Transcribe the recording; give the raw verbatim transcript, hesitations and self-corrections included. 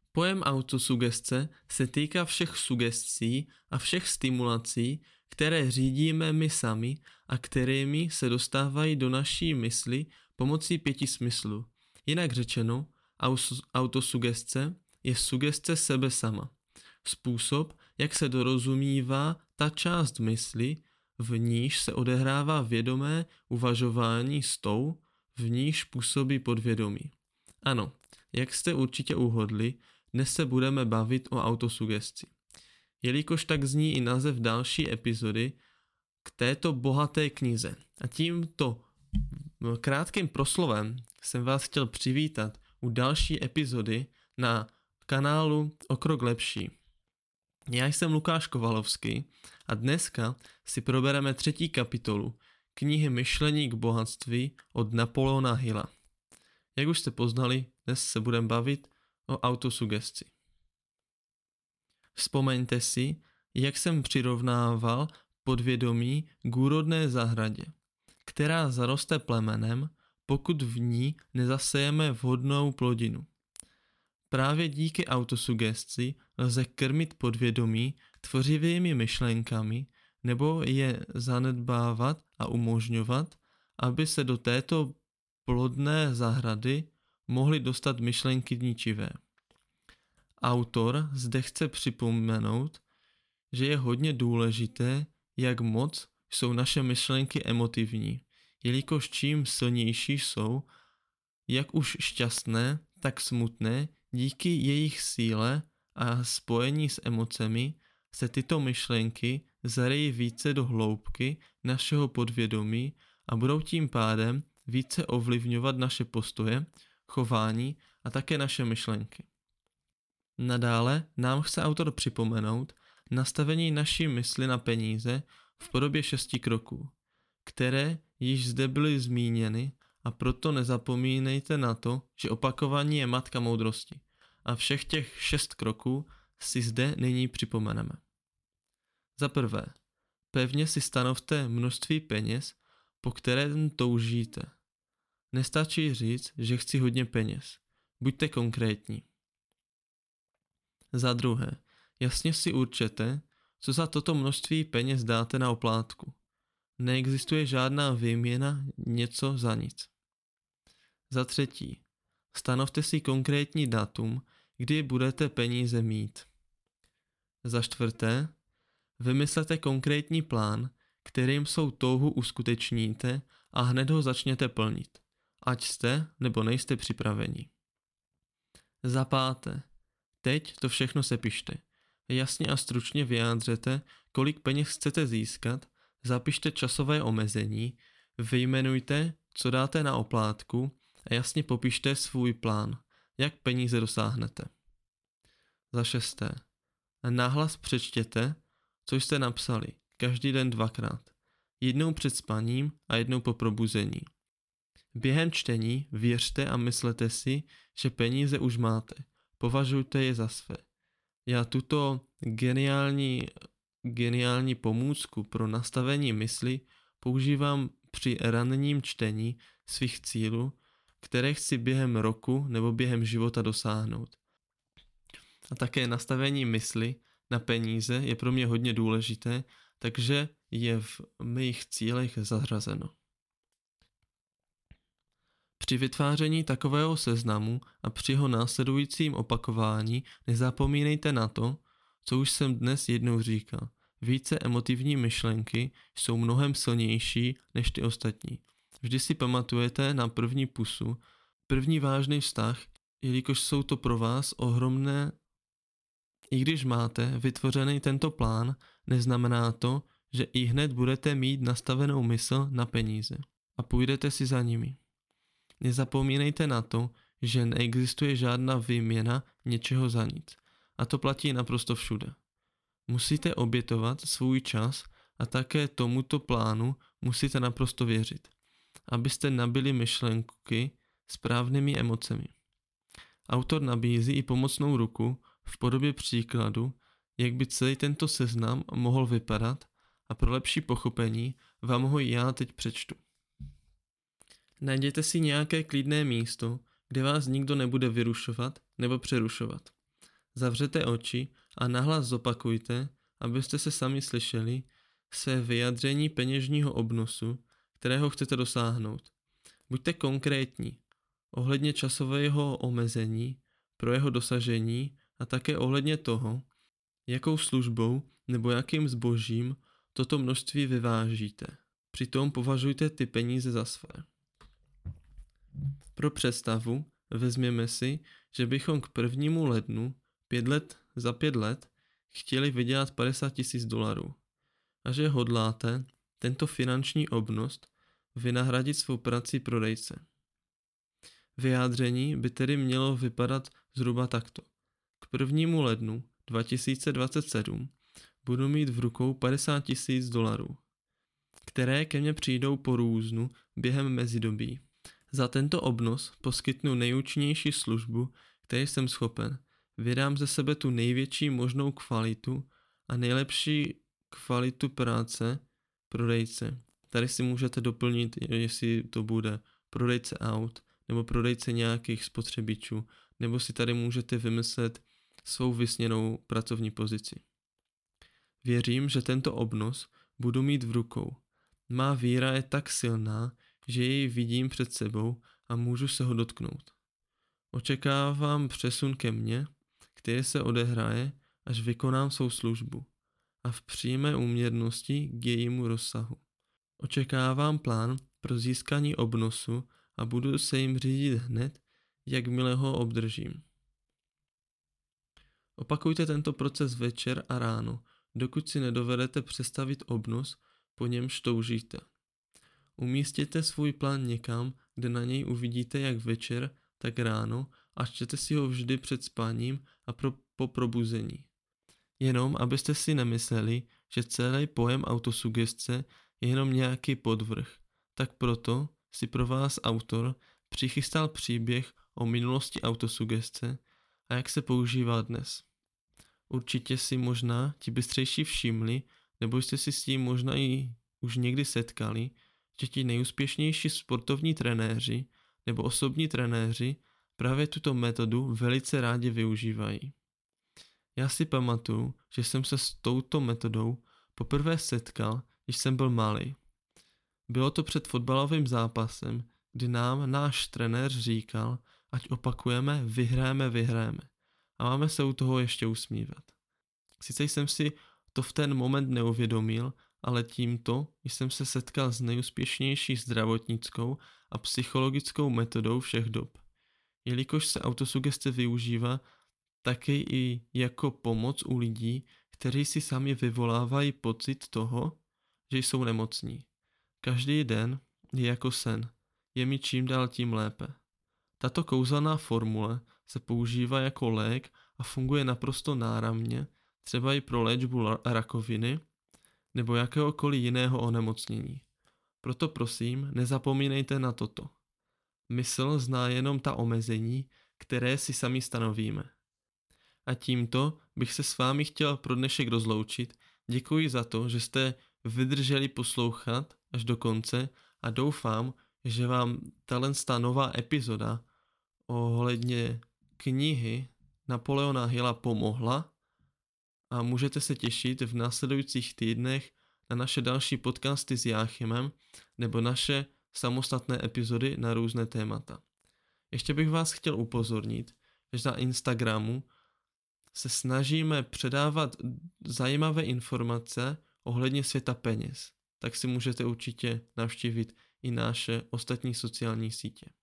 Pojem autosugestce se týká všech sugestí a všech stimulací, které řídíme my sami a kterými se dostávají do naší mysli pomocí pěti smyslů. Jinak řečeno, autosugestce je sugestce sebe sama. Způsob, jak se dorozumívá ta část mysli, v níž se odehrává vědomé uvažování s tou, v níž působí podvědomí. Ano, jak jste určitě uhodli, dnes se budeme bavit o autosugestci. Jelikož tak zní i název další epizody k této bohaté knize. A tímto krátkým proslovem jsem vás chtěl přivítat u další epizody na kanálu O krok lepší. Já jsem Lukáš Kovalovský a dneska si probereme třetí kapitolu knihy Myšlení k bohatství od Napoleona Hilla. Jak už jste poznali, dnes se budeme bavit o autosugestci. Vzpomeňte si, jak jsem přirovnával podvědomí k úrodné zahradě, která zaroste plemenem, pokud v ní nezasejeme vhodnou plodinu. Právě díky autosugestci lze krmit podvědomí tvořivými myšlenkami nebo je zanedbávat a umožňovat, aby se do této plodné zahrady mohly dostat myšlenky ničivé. Autor zde chce připomenout, že je hodně důležité, jak moc jsou naše myšlenky emotivní, jelikož čím silnější jsou, jak už šťastné, tak smutné, díky jejich síle a spojení s emocemi se tyto myšlenky zaryjí více do hloubky našeho podvědomí a budou tím pádem více ovlivňovat naše postoje, chování a také naše myšlenky. Nadále nám chce autor připomenout nastavení naší mysli na peníze v podobě šesti kroků, které již zde byly zmíněny a proto nezapomínejte na to, že opakování je matka moudrosti a všech těch šest kroků si zde nyní připomeneme. Za prvé, pevně si stanovte množství peněz, po kterém toužíte. Nestačí říct, že chci hodně peněz. Buďte konkrétní. Za druhé, jasně si určete, co za toto množství peněz dáte na oplátku. Neexistuje žádná výměna něco za nic. Za třetí, stanovte si konkrétní datum, kdy budete peníze mít. Za čtvrté, vymyslete konkrétní plán, kterým svou touhu uskutečníte a hned ho začněte plnit, ať jste nebo nejste připraveni. Za páté, teď to všechno sepište. Jasně a stručně vyjádřete, kolik peněz chcete získat, zapište časové omezení, vyjmenujte, co dáte na oplátku a jasně popište svůj plán, jak peníze dosáhnete. Za šesté, nahlas přečtěte, co jste napsali, každý den dvakrát, jednou před spaním a jednou po probuzení. Během čtení věřte a myslete si, že peníze už máte, považujte je za své. Já tuto geniální, geniální pomůcku pro nastavení mysli používám při ranním čtení svých cílů, které chci během roku nebo během života dosáhnout. A také nastavení mysli na peníze je pro mě hodně důležité, takže je v mých cílech zařazeno. Při vytváření takového seznamu a při jeho následujícím opakování nezapomínejte na to, co už jsem dnes jednou říkal. Více emotivní myšlenky jsou mnohem silnější než ty ostatní. Vždy si pamatujete na první pusu, první vážný vztah, jelikož jsou to pro vás ohromné. I když máte vytvořený tento plán, neznamená to, že i hned budete mít nastavenou mysl na peníze a půjdete si za nimi. Nezapomínejte na to, že neexistuje žádná výměna něčeho za nic. A to platí naprosto všude. Musíte obětovat svůj čas a také tomuto plánu musíte naprosto věřit, abyste nabili myšlenky správnými emocemi. Autor nabízí i pomocnou ruku v podobě příkladu, jak by celý tento seznam mohl vypadat, a pro lepší pochopení vám ho já teď přečtu. Najděte si nějaké klidné místo, kde vás nikdo nebude vyrušovat nebo přerušovat. Zavřete oči a nahlas zopakujte, abyste se sami slyšeli, své vyjádření peněžního obnosu, kterého chcete dosáhnout. Buďte konkrétní ohledně časového omezení pro jeho dosažení a také ohledně toho, jakou službou nebo jakým zbožím toto množství vyvážíte. Přitom považujte ty peníze za své. Pro představu vezměme si, že bychom k prvnímu lednu pět let za pět let chtěli vydělat padesát tisíc dolarů a že hodláte tento finanční obnos vynahradit svou prací prodejce. Vyjádření by tedy mělo vypadat zhruba takto. K prvnímu lednu dva tisíce dvacet sedm budu mít v rukou padesát tisíc dolarů, které ke mně přijdou po různu během mezidobí. Za tento obnos poskytnu nejúčinnější službu, které jsem schopen. Vydám ze sebe tu největší možnou kvalitu a nejlepší kvalitu práce prodejce. Tady si můžete doplnit, jestli to bude prodejce aut, nebo prodejce nějakých spotřebičů, nebo si tady můžete vymyslet svou vysněnou pracovní pozici. Věřím, že tento obnos budu mít v rukou. Má víra je tak silná, že jej vidím před sebou a můžu se ho dotknout. Očekávám přesun ke mně, který se odehraje, až vykonám svou službu a v přímé úměrnosti k jejímu rozsahu. Očekávám plán pro získání obnosu a budu se jim řídit hned, jakmile ho obdržím. Opakujte tento proces večer a ráno, dokud si nedovedete představit obnos, po němž toužíte. Umístěte svůj plán někam, kde na něj uvidíte jak večer, tak ráno a čtěte si ho vždy před spáním a pro, po probuzení. Jenom abyste si nemysleli, že celý pojem autosugestce je jenom nějaký podvrh, tak proto si pro vás autor přichystal příběh o minulosti autosugestce a jak se používá dnes. Určitě si možná ti bystřejší všimli, nebo jste si s tím možná i už někdy setkali, že ti nejúspěšnější sportovní trenéři nebo osobní trenéři právě tuto metodu velice rádi využívají. Já si pamatuju, že jsem se s touto metodou poprvé setkal, když jsem byl malý. Bylo to před fotbalovým zápasem, kdy nám náš trenér říkal, ať opakujeme, vyhráme, vyhráme. A máme se u toho ještě usmívat. Sice jsem si to v ten moment neuvědomil, ale tímto jsem se setkal s nejúspěšnější zdravotnickou a psychologickou metodou všech dob. Jelikož se autosugestce využívá taky i jako pomoc u lidí, kteří si sami vyvolávají pocit toho, že jsou nemocní. Každý den je jako sen, je mi čím dál tím lépe. Tato kouzelná formule se používá jako lék a funguje naprosto náramně, třeba i pro léčbu rakoviny nebo jakéhokoliv jiného onemocnění. Proto prosím, nezapomínejte na toto. Mysl zná jenom ta omezení, které si sami stanovíme. A tímto bych se s vámi chtěl pro dnešek rozloučit. Děkuji za to, že jste vydrželi poslouchat až do konce a doufám, že vám tato nová epizoda ohledně knihy Napoleona Hilla pomohla a můžete se těšit v následujících týdnech na naše další podcasty s Jáchymem nebo naše samostatné epizody na různé témata. Ještě bych vás chtěl upozornit, že na Instagramu se snažíme předávat zajímavé informace ohledně světa peněz, tak si můžete určitě navštívit i naše ostatní sociální sítě.